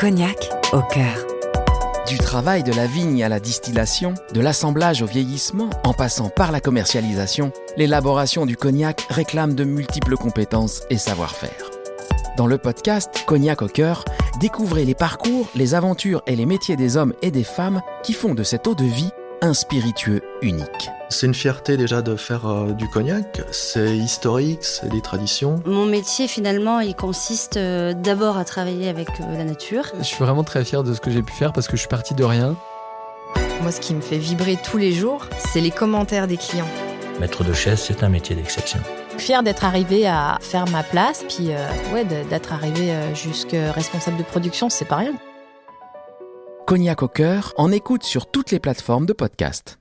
Cognac au cœur. Du travail de la vigne à la distillation, de l'assemblage au vieillissement, en passant par la commercialisation, l'élaboration du cognac réclame de multiples compétences et savoir-faire. Dans le podcast Cognac au cœur, découvrez les parcours, les aventures et les métiers des hommes et des femmes qui font de cette eau de vie un spiritueux unique. C'est une fierté déjà de faire du cognac, c'est historique, c'est des traditions. Mon métier finalement, il consiste d'abord à travailler avec la nature. Je suis vraiment très fier de ce que j'ai pu faire parce que je suis parti de rien. Moi, ce qui me fait vibrer tous les jours, c'est les commentaires des clients. Maître de chaise, c'est un métier d'exception. Fière d'être arrivée à faire ma place, puis d'être arrivée jusqu'à responsable de production, c'est pas rien. Cognac au cœur, en écoute sur toutes les plateformes de podcast.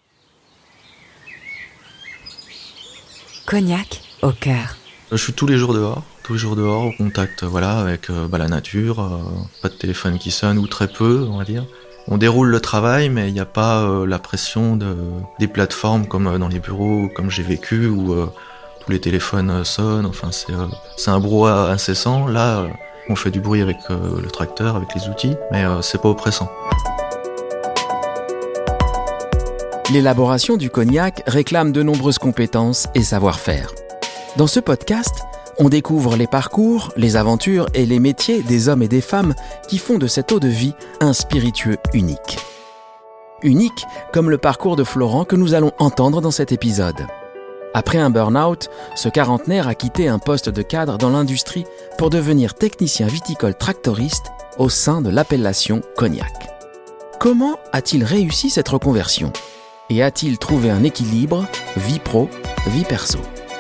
Cognac au cœur. Je suis tous les jours dehors au contact avec la nature, pas de téléphone qui sonne ou très peu, on va dire. On déroule le travail, mais il n'y a pas la pression des plateformes comme dans les bureaux, comme j'ai vécu, où tous les téléphones sonnent. Enfin, c'est un brouhaha incessant. Là, on fait du bruit avec le tracteur, avec les outils, mais c'est pas oppressant. L'élaboration du cognac réclame de nombreuses compétences et savoir-faire. Dans ce podcast, on découvre les parcours, les aventures et les métiers des hommes et des femmes qui font de cette eau de vie un spiritueux unique. Unique comme le parcours de Florent que nous allons entendre dans cet épisode. Après un burn-out, ce quarantenaire a quitté un poste de cadre dans l'industrie pour devenir technicien viticole tractoriste au sein de l'appellation Cognac. Comment a-t-il réussi cette reconversion ? Et a-t-il trouvé un équilibre, vie pro, vie perso ?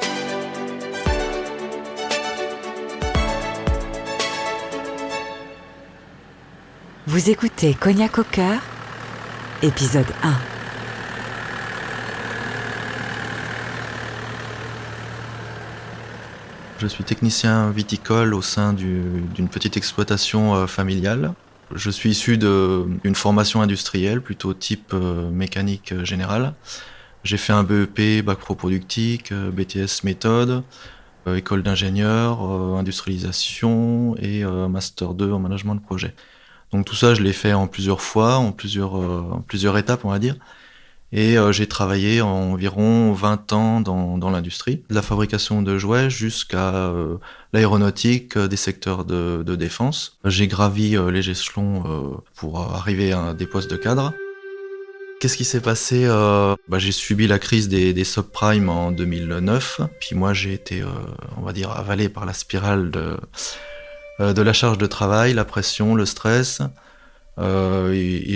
Vous écoutez Cognac au cœur, épisode 1. Je suis technicien viticole au sein d'une petite exploitation familiale. Je suis issu d'une formation industrielle, plutôt type mécanique générale. J'ai fait un BEP, bac pro productique, BTS méthode, école d'ingénieur, industrialisation et master 2 en management de projet. Donc tout ça, je l'ai fait en plusieurs fois, en plusieurs étapes, on va dire. Et j'ai travaillé environ 20 ans dans l'industrie, de la fabrication de jouets jusqu'à l'aéronautique, des secteurs de défense. J'ai gravi les échelons pour arriver à des postes de cadre. Qu'est-ce qui s'est passé ? J'ai subi la crise des subprimes en 2009. Puis moi, j'ai été, on va dire, avalé par la spirale de la charge de travail, la pression, le stress. Et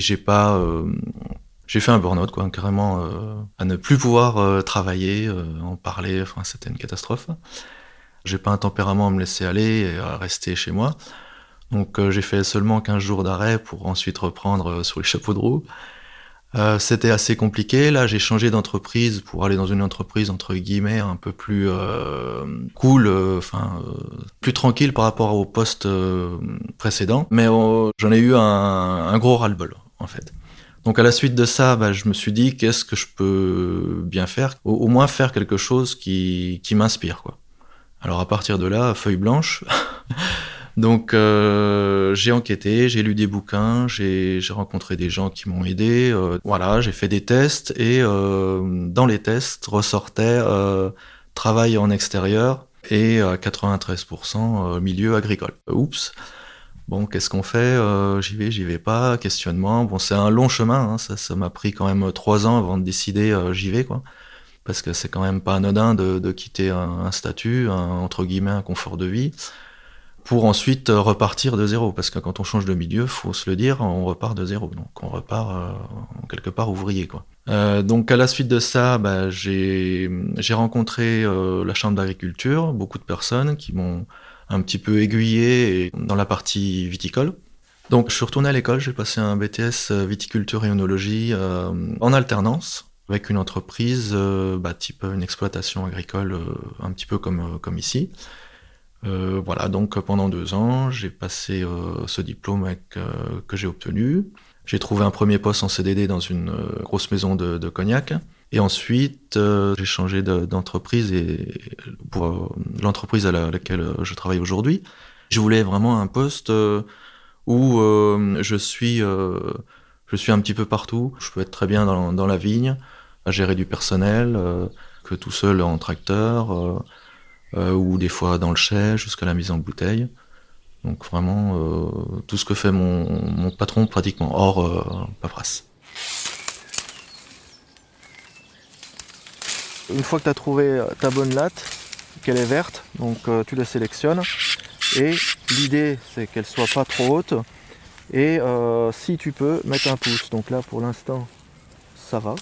j'ai fait un burn-out, carrément, à ne plus pouvoir travailler, en parler, c'était une catastrophe. J'ai pas un tempérament à me laisser aller et à rester chez moi. Donc j'ai fait seulement 15 jours d'arrêt pour ensuite reprendre sur les chapeaux de roue. C'était assez compliqué. Là, j'ai changé d'entreprise pour aller dans une entreprise, entre guillemets, un peu plus cool, plus tranquille par rapport au poste précédent. Mais j'en ai eu un gros ras-le-bol, en fait. Donc à la suite de ça, je me suis dit, qu'est-ce que je peux bien faire ? Au moins faire quelque chose qui m'inspire, quoi. Alors à partir de là, feuille blanche. Donc j'ai enquêté, j'ai lu des bouquins, j'ai rencontré des gens qui m'ont aidé. J'ai fait des tests et dans les tests ressortait travail en extérieur et à 93% milieu agricole. Oups. Bon, qu'est-ce qu'on fait ? J'y vais pas, questionnement. Bon, c'est un long chemin, ça m'a pris quand même 3 ans avant de décider j'y vais, quoi. Parce que c'est quand même pas anodin de quitter un statut, entre guillemets, un confort de vie, pour ensuite repartir de zéro. Parce que quand on change de milieu, faut se le dire, on repart de zéro. Donc on repart quelque part ouvrier, quoi. Donc à la suite de ça, j'ai rencontré la chambre d'agriculture, beaucoup de personnes qui m'ont un petit peu aiguillé dans la partie viticole. Donc je suis retourné à l'école, j'ai passé un BTS viticulture et œnologie en alternance avec une entreprise type une exploitation agricole un petit peu comme ici. Donc pendant 2 ans, j'ai passé ce diplôme que j'ai obtenu. J'ai trouvé un premier poste en CDD dans une grosse maison de cognac. Et ensuite, j'ai changé d'entreprise pour l'entreprise à laquelle je travaille aujourd'hui. Je voulais vraiment un poste où je suis un petit peu partout. Je peux être très bien dans la vigne, à gérer du personnel, que tout seul en tracteur, ou des fois dans le chai, jusqu'à la mise en bouteille. Donc vraiment, tout ce que fait mon patron pratiquement, hors paperasse. Une fois que tu as trouvé ta bonne latte, qu'elle est verte, donc tu la sélectionnes. Et l'idée, c'est qu'elle soit pas trop haute. Et si tu peux, mettre un pouce. Donc là, pour l'instant, ça va.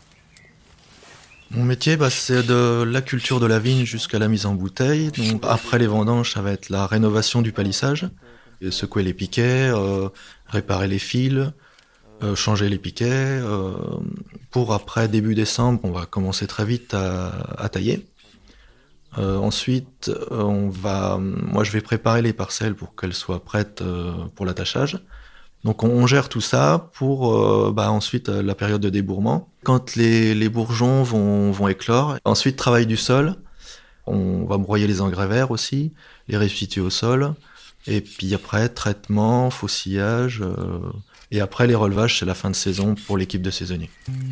Mon métier, c'est de la culture de la vigne jusqu'à la mise en bouteille. Donc après les vendanges, ça va être la rénovation du palissage, secouer les piquets, réparer les fils, changer les piquets. Pour après, début décembre, on va commencer très vite à tailler. Ensuite, moi je vais préparer les parcelles pour qu'elles soient prêtes pour l'attachage. Donc on gère tout ça pour ensuite la période de débourrement. Quand les bourgeons vont éclore, ensuite travail du sol. On va broyer les engrais verts aussi, les restituer au sol. Et puis après, traitement, faucillage. Et après les relevages, c'est la fin de saison pour l'équipe de saisonniers.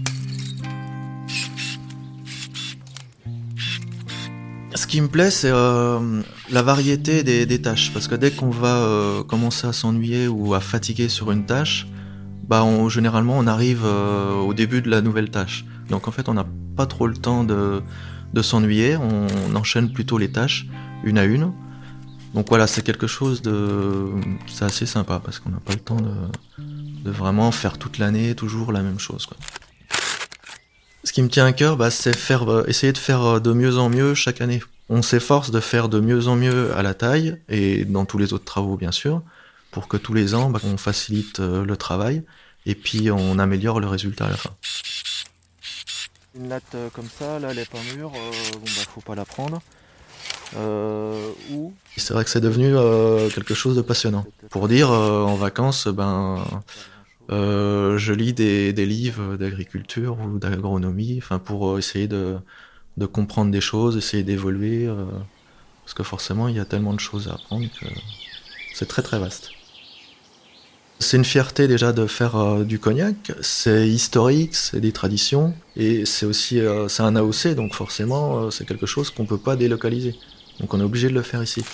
Ce qui me plaît, c'est la variété des tâches. Parce que dès qu'on va commencer à s'ennuyer ou à fatiguer sur une tâche, généralement on arrive au début de la nouvelle tâche. Donc en fait, on n'a pas trop le temps de s'ennuyer. On enchaîne plutôt les tâches, une à une. Donc voilà, c'est quelque chose c'est assez sympa parce qu'on n'a pas le temps de vraiment faire toute l'année toujours la même chose, quoi. Ce qui me tient à cœur, c'est essayer de faire de mieux en mieux chaque année. On s'efforce de faire de mieux en mieux à la taille et dans tous les autres travaux, bien sûr, pour que tous les ans, on facilite le travail et puis on améliore le résultat à la fin. Une latte comme ça, là, elle est pas mûre, faut pas la prendre. C'est vrai que c'est devenu quelque chose de passionnant. Pour dire, en vacances, je lis des livres d'agriculture ou d'agronomie, pour essayer de comprendre des choses, essayer d'évoluer, parce que forcément il y a tellement de choses à apprendre que c'est très très vaste. C'est une fierté déjà de faire du cognac, c'est historique, c'est des traditions, et c'est aussi c'est un AOC, donc forcément c'est quelque chose qu'on peut pas délocaliser, donc on est obligé de le faire ici.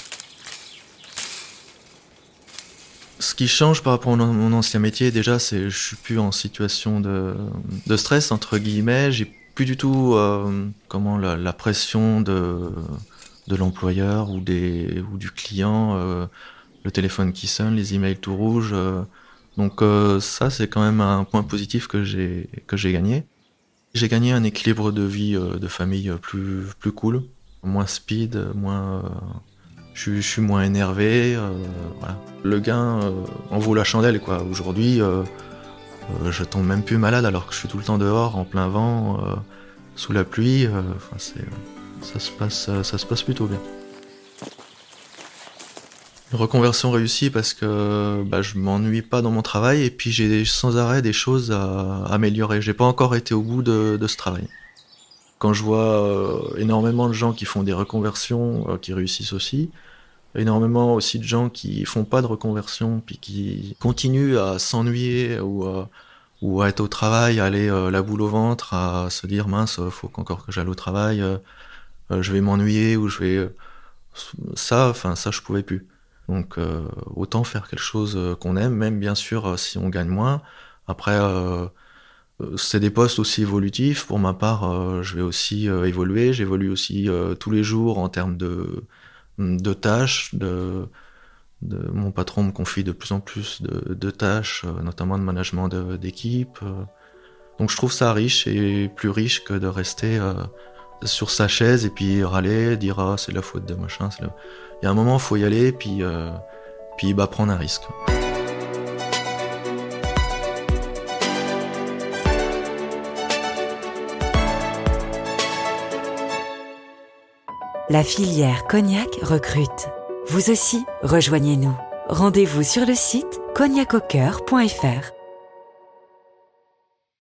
Ce qui change par rapport à mon ancien métier, déjà, c'est que je suis plus en situation de stress, entre guillemets. J'ai plus du tout la pression de l'employeur ou du client, le téléphone qui sonne, les emails tout rouges. Donc ça, c'est quand même un point positif que j'ai gagné. J'ai gagné un équilibre de vie, de famille plus cool, moins speed, moins... Je suis moins énervé, voilà. Le gain en vaut la chandelle, quoi. Aujourd'hui, je tombe même plus malade alors que je suis tout le temps dehors, en plein vent, sous la pluie. Ça se passe plutôt bien. Une reconversion réussie parce que je m'ennuie pas dans mon travail et puis j'ai sans arrêt des choses à améliorer. J'ai pas encore été au bout de ce travail. Quand je vois énormément de gens qui font des reconversions, qui réussissent aussi, énormément aussi de gens qui font pas de reconversion, puis qui continuent à s'ennuyer ou à être au travail, à aller la boule au ventre, à se dire mince, faut qu'encore que j'aille au travail, je vais m'ennuyer ou je vais... Ça, je pouvais plus. Donc autant faire quelque chose qu'on aime, même bien sûr si on gagne moins. Après... c'est des postes aussi évolutifs. Pour ma part, je vais aussi évoluer. J'évolue aussi tous les jours en termes de tâches. Mon patron me confie de plus en plus de tâches, notamment de management d'équipe. Donc je trouve ça riche et plus riche que de rester sur sa chaise et puis râler, dire ah, c'est la faute de machin. Il y a un moment, il faut y aller puis prendre un risque. La filière Cognac recrute. Vous aussi, rejoignez-nous. Rendez-vous sur le site cognacaucoeur.fr.